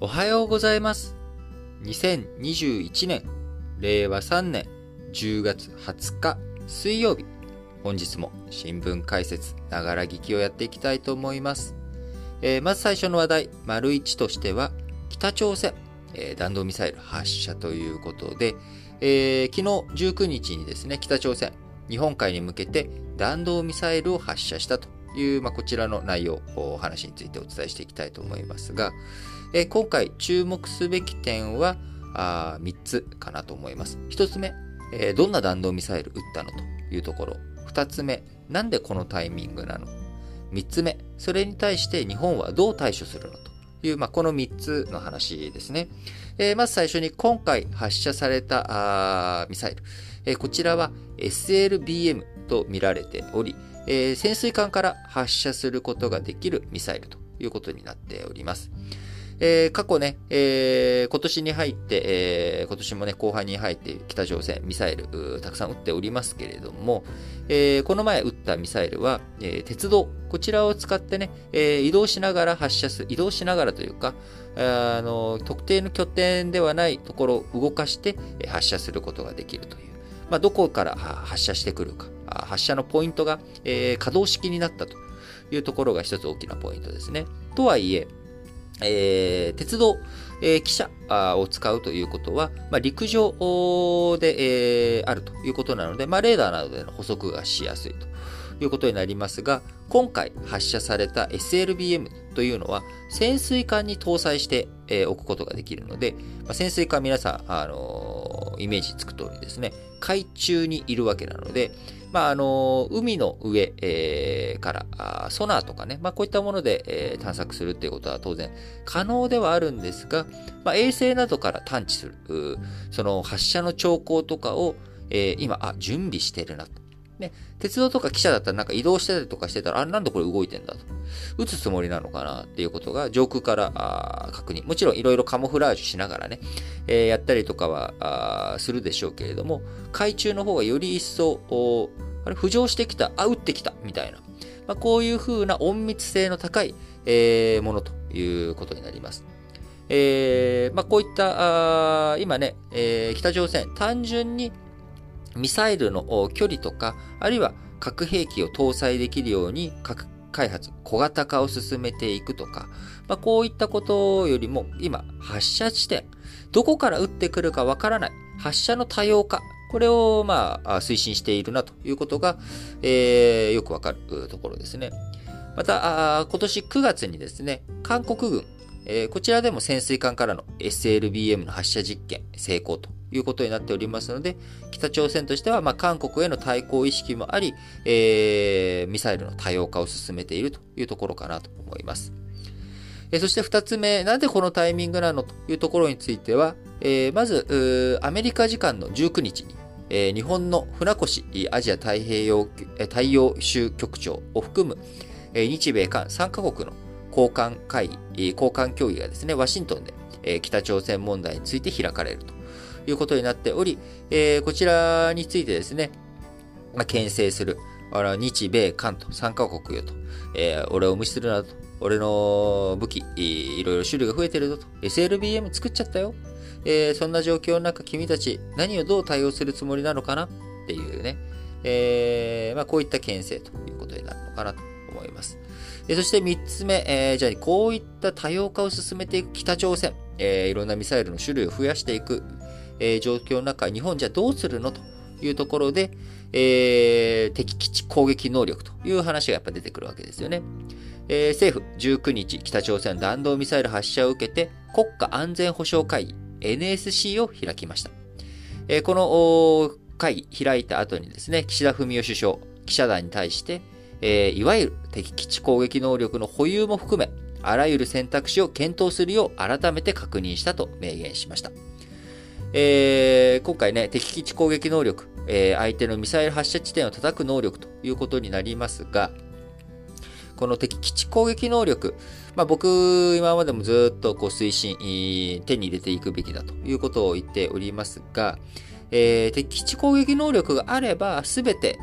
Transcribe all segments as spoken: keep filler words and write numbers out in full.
おはようございます。にせんにじゅういちねん、れいわさんねんじゅうがつはつか水曜日、本日も新聞解説、ながら聞きをやっていきたいと思います。えー、まず最初の話題、丸いちとしては、北朝鮮、えー、弾道ミサイル発射ということで、えー、昨日じゅうくにちにですね、北朝鮮、日本海に向けて弾道ミサイルを発射したという、まあ、こちらの内容、お話についてお伝えしていきたいと思いますが、えー、今回注目すべき点はあみっつかなと思います。ひとつめ、えー、どんな弾道ミサイル撃ったのというところ。ふたつめ、なんでこのタイミングなの。みっつめ、それに対して日本はどう対処するのという、まあ、このみっつの話ですね。えー、まず最初に今回発射されたあミサイル、えー、こちらは エスエルビーエム と見られており、えー、潜水艦から発射することができるミサイルということになっております。えー、過去ね、えー、今年に入って、えー、今年もね、後半に入って北朝鮮ミサイルたくさん撃っておりますけれども、えー、この前撃ったミサイルは、えー、鉄道、こちらを使ってね、えー、移動しながら発射する、移動しながらというか、あの、特定の拠点ではないところを動かして発射することができるという。まあ、どこから発射してくるか、発射のポイントが、えー、可動式になったというところが一つ大きなポイントですね。とはいえ、えー、鉄道、えー、汽車を使うということは、まあ、陸上で、えー、あるということなので、まあ、レーダーなどでの補足がしやすいということになりますが、今回発射された エスエルビーエム というのは潜水艦に搭載して、えー、おくことができるので、まあ、潜水艦皆さん、あのー、イメージつく通りですね、海中にいるわけなので、まあ、あの、海の上、えー、からあ、ソナーとかね、まあ、こういったもので、えー、探索するっていうことは当然可能ではあるんですが、まあ、衛星などから探知する、その発射の兆候とかを、えー、今、あ、準備してるなと。ね、鉄道とか汽車だったらなんか移動してたりとかしてたら、あ、なんでこれ動いてんだと。撃つつもりなのかなっていうことが上空からあ確認。もちろんいろいろカモフラージュしながらね、えー、やったりとかはあするでしょうけれども、海中の方がより一層、あれ浮上してきた、あ、撃ってきた、みたいな。まあ、こういう風な隠密性の高い、えー、ものということになります。えーまあ、こういったあ今ね、えー、北朝鮮、単純にミサイルの距離とか、あるいは核兵器を搭載できるように核開発、小型化を進めていくとか、まあ、こういったことよりも今、発射地点、どこから撃ってくるかわからない、発射の多様化、これをまあ推進しているなということが、えー、よくわかるところですね。また、今年くがつにですね、韓国軍、えー、こちらでも潜水艦からの エスエルビーエム の発射実験成功ということになっておりますので、北朝鮮としては、まあ、韓国への対抗意識もあり、えー、ミサイルの多様化を進めているというところかなと思います。えー、そして二つ目、なんでこのタイミングなのというところについては、えー、まず、アメリカ時間のじゅうくにちに、えー、日本の船越アジア太平洋、太陽州局長を含む、えー、日米韓さんカ国の高官会議、高官協議がですね、ワシントンで、えー、北朝鮮問題について開かれるということになっており、えー、こちらについてですね、まあ、牽制する、日米韓とさんカ国よと、えー、俺を無視するなと、俺の武器、いろいろ種類が増えてるぞと、エスエルビーエム 作っちゃったよ。えー、そんな状況の中、君たち何をどう対応するつもりなのかなっていうね、えーまあ、こういった牽制ということになるのかなと思います。そしてみっつめ、えー、じゃあこういった多様化を進めていく北朝鮮、えー、いろんなミサイルの種類を増やしていく、えー、状況の中、日本じゃどうするのというところで、えー、敵基地攻撃能力という話がやっぱ出てくるわけですよね。えー、政府じゅうくにち、北朝鮮弾道ミサイル発射を受けて国家安全保障会議 エヌエスシー を開きました。えー、この会議開いた後にですね、岸田文雄首相、記者団に対して、えー、いわゆる敵基地攻撃能力の保有も含め、あらゆる選択肢を検討するよう改めて確認したと明言しました。えー、今回ね、敵基地攻撃能力、えー、相手のミサイル発射地点を叩く能力ということになりますが、この敵基地攻撃能力、まあ、僕、今までもずっとこう推進、手に入れていくべきだということを言っておりますが、えー、敵基地攻撃能力があれば全て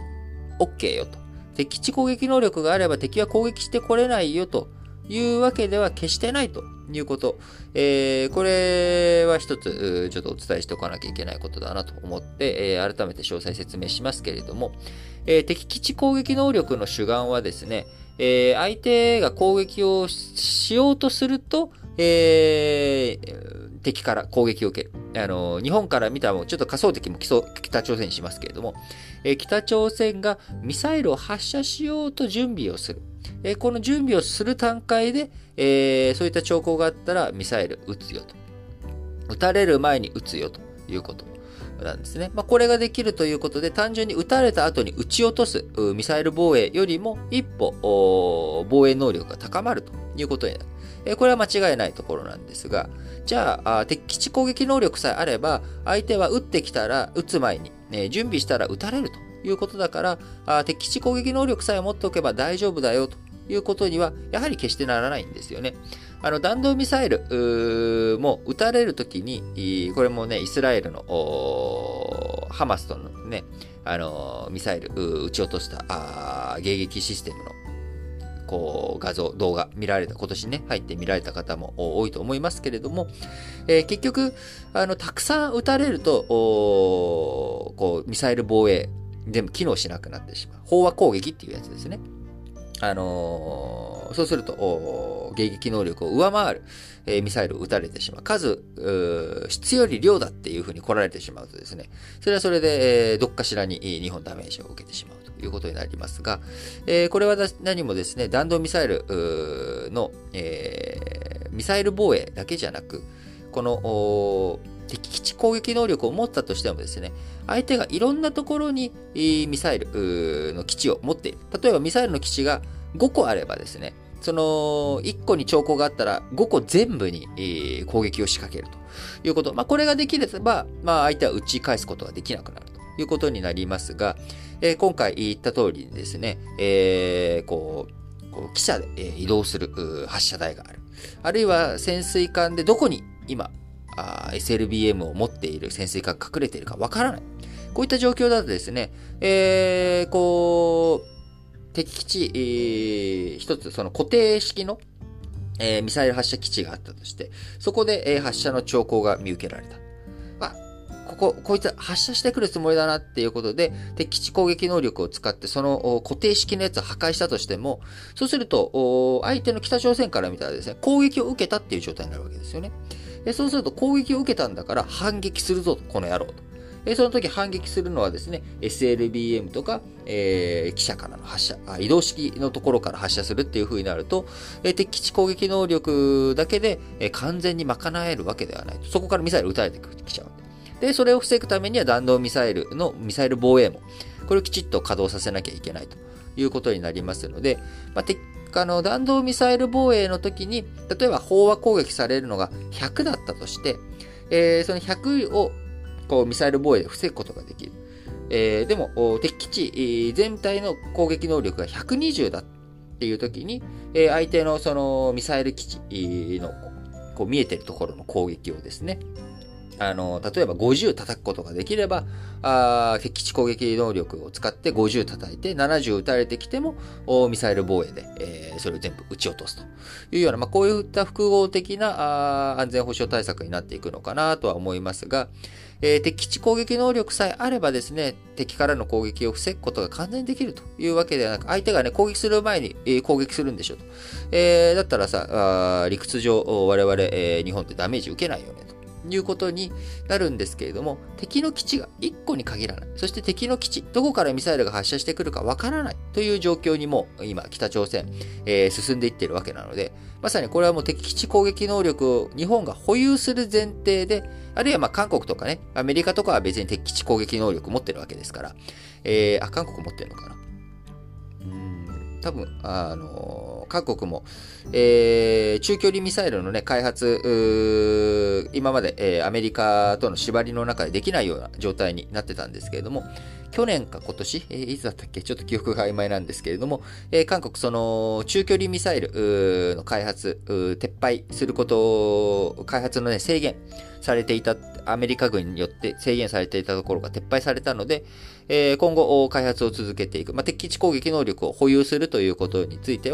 OK よと。敵基地攻撃能力があれば敵は攻撃してこれないよというわけでは決してないということ。えー、これは一つ、ちょっとお伝えしておかなきゃいけないことだなと思って、えー、改めて詳細説明しますけれども、えー、敵基地攻撃能力の主眼はですね、えー、相手が攻撃をしようとすると、えー、敵から攻撃を受ける。あの、日本から見たらちょっと仮想敵も北朝鮮にしますけれども、えー、北朝鮮がミサイルを発射しようと準備をする。えー、この準備をする段階で、えー、そういった兆候があったらミサイル撃つよと。撃たれる前に撃つよということなんですね。まあ、これができるということで、単純に撃たれた後に撃ち落とすミサイル防衛よりも一歩防衛能力が高まるということになる。えー、これは間違いないところなんですが、じゃあ、敵基地攻撃能力さえあれば、相手は撃ってきたら撃つ前に、ね、準備したら撃たれるということだから、あ敵基地攻撃能力さえ持っておけば大丈夫だよということには、やはり決してならないんですよね。あの、弾道ミサイルも撃たれるときに、これもね、イスラエルのハマスとのね、あの、ミサイル撃ち落としたあ迎撃システムのこう画像、動画見られた、今年ね、入って見られた方も多いと思いますけれども、えー、結局、あの、たくさん撃たれると、こう、ミサイル防衛、全部機能しなくなってしまう。飽和攻撃っていうやつですね。あのー、そうすると、迎撃能力を上回る、えー、ミサイルを撃たれてしまう。数、う質より量だっていう風に来られてしまうとですね、それはそれで、えー、どっかしらに日本ダメージを受けてしまうということになりますが、えー、これは何もですね、弾道ミサイルの、えー、ミサイル防衛だけじゃなく、この、敵基地攻撃能力を持ったとしてもですね、相手がいろんなところにミサイルの基地を持っている。例えばミサイルの基地がごこあればですね、そのいっこに兆候があったらごこ全部に攻撃を仕掛けるということ。まあ、これができれば、まあ、相手は撃ち返すことができなくなるということになりますが、えー、今回言った通りにですね、えー、こう、こう汽車で移動する発射台がある。あるいは潜水艦でどこに今、エスエルビーエム を持っている潜水艦が隠れているかわからない。こういった状況だとですね、えー、こう、敵基地、えー、一つその固定式の、えー、ミサイル発射基地があったとして、そこで、えー、発射の兆候が見受けられた。あ、ここ、こいつ発射してくるつもりだなっていうことで、敵基地攻撃能力を使ってその固定式のやつを破壊したとしても、そうすると、相手の北朝鮮から見たらですね、攻撃を受けたっていう状態になるわけですよね。そうすると攻撃を受けたんだから反撃するぞと、この野郎と。その時反撃するのはですね、エスエルビーエム とか、えー、汽車からの発射、移動式のところから発射するっていう風になると、敵基地攻撃能力だけで完全に賄えるわけではない。そこからミサイル撃たれてきちゃう。で、それを防ぐためには弾道ミサイルのミサイル防衛も、これをきちっと稼働させなきゃいけないということになりますので、まあ、あの弾道ミサイル防衛の時に、例えば飽和攻撃されるのがひゃくだったとして、えー、そのひゃくをこうミサイル防衛で防ぐことができる。えー、でも、敵基地全体の攻撃能力がひゃくにじゅうだっていう時に、えー、相手のそのミサイル基地のこう見えてるところの攻撃をですね、あの、例えばごじゅう叩くことができれば、あ敵基地攻撃能力を使ってごじゅう叩いてななじゅう撃たれてきても、ミサイル防衛で、えー、それを全部撃ち落とすというような、まあ、こういった複合的なあ安全保障対策になっていくのかなとは思いますが、えー、敵基地攻撃能力さえあればですね、敵からの攻撃を防ぐことが完全にできるというわけではなく、相手がね、攻撃する前に、えー、攻撃するんでしょと。えー、だったらさ、あ理屈上、我々、えー、日本ってダメージ受けないよねと。いうことになるんですけれども、敵の基地がいっこに限らない。そして敵の基地、どこからミサイルが発射してくるかわからないという状況にも今、北朝鮮、えー、進んでいっているわけなので、まさにこれはもう敵基地攻撃能力を日本が保有する前提で、あるいはまあ韓国とかね、アメリカとかは別に敵基地攻撃能力持ってるわけですから、えー、あ、韓国持ってるのかな。うーん、多分、あのー、韓国も、えー、中距離ミサイルのね、開発、今まで、えー、アメリカとの縛りの中でできないような状態になってたんですけれども、去年か今年、えー、いつだったっけちょっと記憶が曖昧なんですけれども、えー、韓国その中距離ミサイルの開発、撤廃することを、開発のね、制限されていた、アメリカ軍によって制限されていたところが撤廃されたので、えー、今後開発を続けていく。まあ、敵基地攻撃能力を保有するということについては、まあ、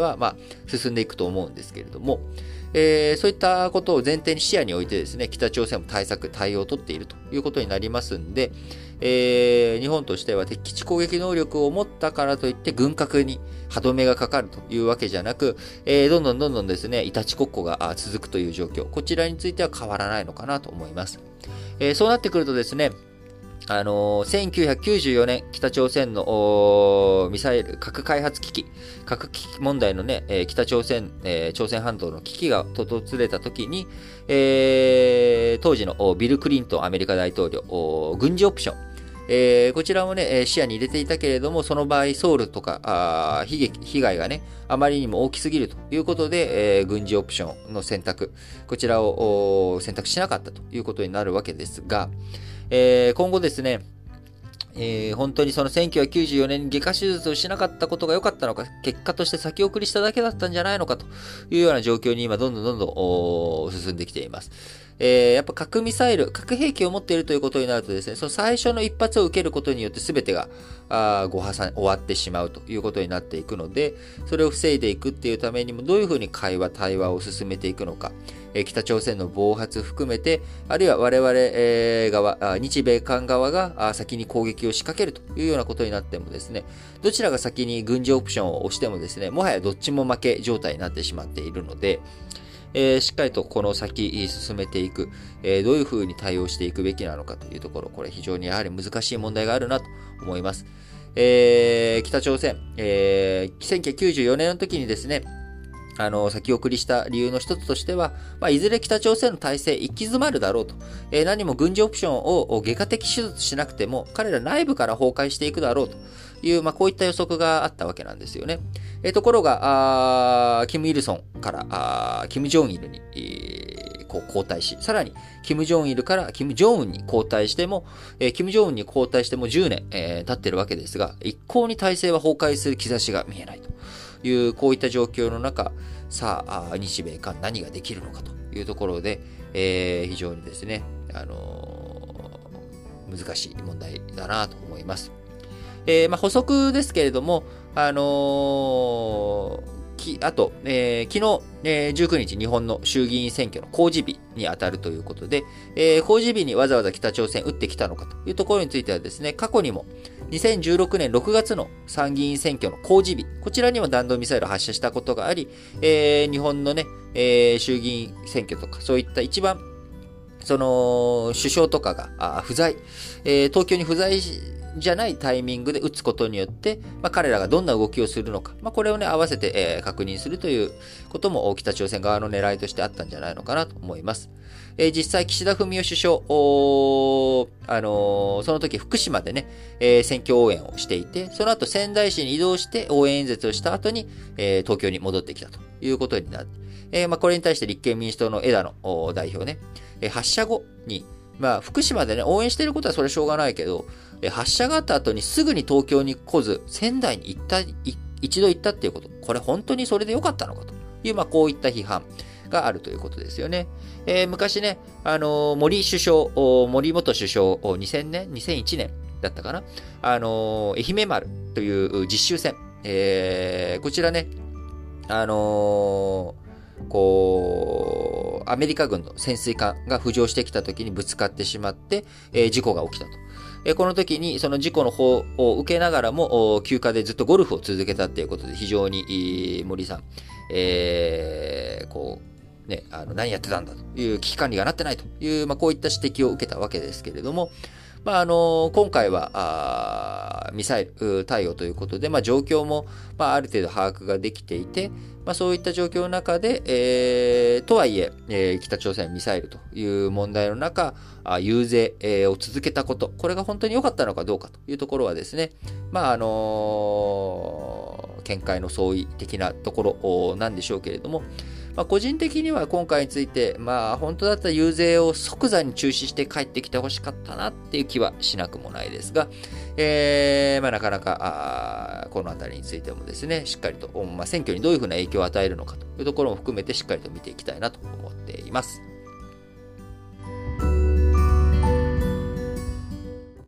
進んでいくと思うんですけれども、えー、そういったことを前提に視野においてですね、北朝鮮も対策、対応を取っているということになりますんで、えー、日本としては敵基地攻撃能力を持ったからといって軍拡に歯止めがかかるというわけじゃなく、えー、どんどんどんどんですね、いたちごっこが続くという状況、こちらについては変わらないのかなと思います。えー、そうなってくるとですね、あのー、せんきゅうひゃくきゅうじゅうよねん、北朝鮮のミサイル、核開発危機、核危機問題のね、えー、北朝鮮、えー、朝鮮半島の危機が訪れた時に、えー、当時のビル・クリントンアメリカ大統領、軍事オプション、えー、こちらもね、視野に入れていたけれども、その場合、ソウルとか、あ悲劇、被害がね、あまりにも大きすぎるということで、えー、軍事オプションの選択、こちらを選択しなかったということになるわけですが、えー、今後ですね、えー、本当にそのせんきゅうひゃくきゅうじゅうよねんに外科手術をしなかったことが良かったのか、結果として先送りしただけだったんじゃないのかというような状況に今どんどんどんどん進んできています。えー、やっぱ核ミサイル、核兵器を持っているということになるとですね、その最初の一発を受けることによって全てがあご破産、終わってしまうということになっていくので、それを防いでいくっていうためにもどういうふうに会話、対話を進めていくのか、えー、北朝鮮の暴発含めて、あるいは我々、えー、側、日米韓側が先に攻撃を仕掛けるというようなことになってもですね、どちらが先に軍事オプションを押してもですね、もはやどっちも負け状態になってしまっているので、えー、しっかりとこの先進めていく、えー、どういうふうに対応していくべきなのかというところ、これ非常にやはり難しい問題があるなと思います。えー、北朝鮮、えー、せんきゅうひゃくきゅうじゅうよねんの時にですね、あの、先送りした理由の一つとしては、まあ、いずれ北朝鮮の体制行き詰まるだろうと。えー、何も軍事オプションを外科的手術しなくても、彼ら内部から崩壊していくだろうという、まあ、こういった予測があったわけなんですよね。えー、ところが、あキム・イルソンからあキム・ジョンイルに、えー、こう交代し、さらに、キム・ジョンイルからキム・ジョンウンに交代しても、えー、キム・ジョンウンに交代してもじゅうねん、えー、経ってるわけですが、一向に体制は崩壊する兆しが見えないという、こういった状況の中、さあ、日米韓何ができるのかというところで、えー、非常にですね、あのー、難しい問題だなと思います。えー、まあ、補足ですけれども、あのーきあと、えー、昨日、えー、じゅうくにち日本の衆議院選挙の公示日に当たるということで、えー、公示日にわざわざ北朝鮮撃ってきたのかというところについてはですね、過去にもにせんじゅうろくねんろくがつの参議院選挙の公示日、こちらにも弾道ミサイルを発射したことがあり、えー、日本のね、えー、衆議院選挙とか、そういった一番、その、首相とかが不在、えー、東京に不在し、じゃないタイミングで撃つことによって、まあ、彼らがどんな動きをするのか、まあ、これをね、合わせて、えー、確認するということも北朝鮮側の狙いとしてあったんじゃないのかなと思います。えー、実際、岸田文雄首相、あのー、その時福島でね、えー、選挙応援をしていて、その後仙台市に移動して応援演説をした後に、えー、東京に戻ってきたということになって、えーまあ、これに対して立憲民主党の枝野代表ね、えー、発射後に、まあ、福島でね、応援していることはそれしょうがないけど、発射があった後にすぐに東京に来ず、仙台に行った、一度行ったっていうこと、これ本当にそれで良かったのかという、まあ、こういった批判があるということですよね。えー、昔ね、あのー、森首相、森元首相、にせんねん、にせんいちねんだったかな、あのー、愛媛丸という実習船、えー、こちらね、あのー、こう、アメリカ軍の潜水艦が浮上してきた時にぶつかってしまって、えー、事故が起きたと。えー、この時にその事故の方を受けながらも、休暇でずっとゴルフを続けたっていうことで非常に、森さん、えー、こう、ね、あの、何やってたんだという危機管理がなってないという、まあ、こういった指摘を受けたわけですけれども、まあ、あの、今回は、あミサイル対応ということで、まあ、状況も、まあ、ある程度把握ができていて、まあ、そういった状況の中で、えー、とはいええー、北朝鮮ミサイルという問題の中、あ遊説、えー、を続けたこと、これが本当に良かったのかどうかというところはですね、まあ、あのー、見解の相違的なところなんでしょうけれども、まあ、個人的には今回について、まあ、本当だったら遊説を即座に中止して帰ってきてほしかったなっていう気はしなくもないですが、えー、まあ、なかなか、あこのあたりについてもですね、しっかりと、まあ、選挙にどういうふうな影響を与えるのかというところも含めてしっかりと見ていきたいなと思っています。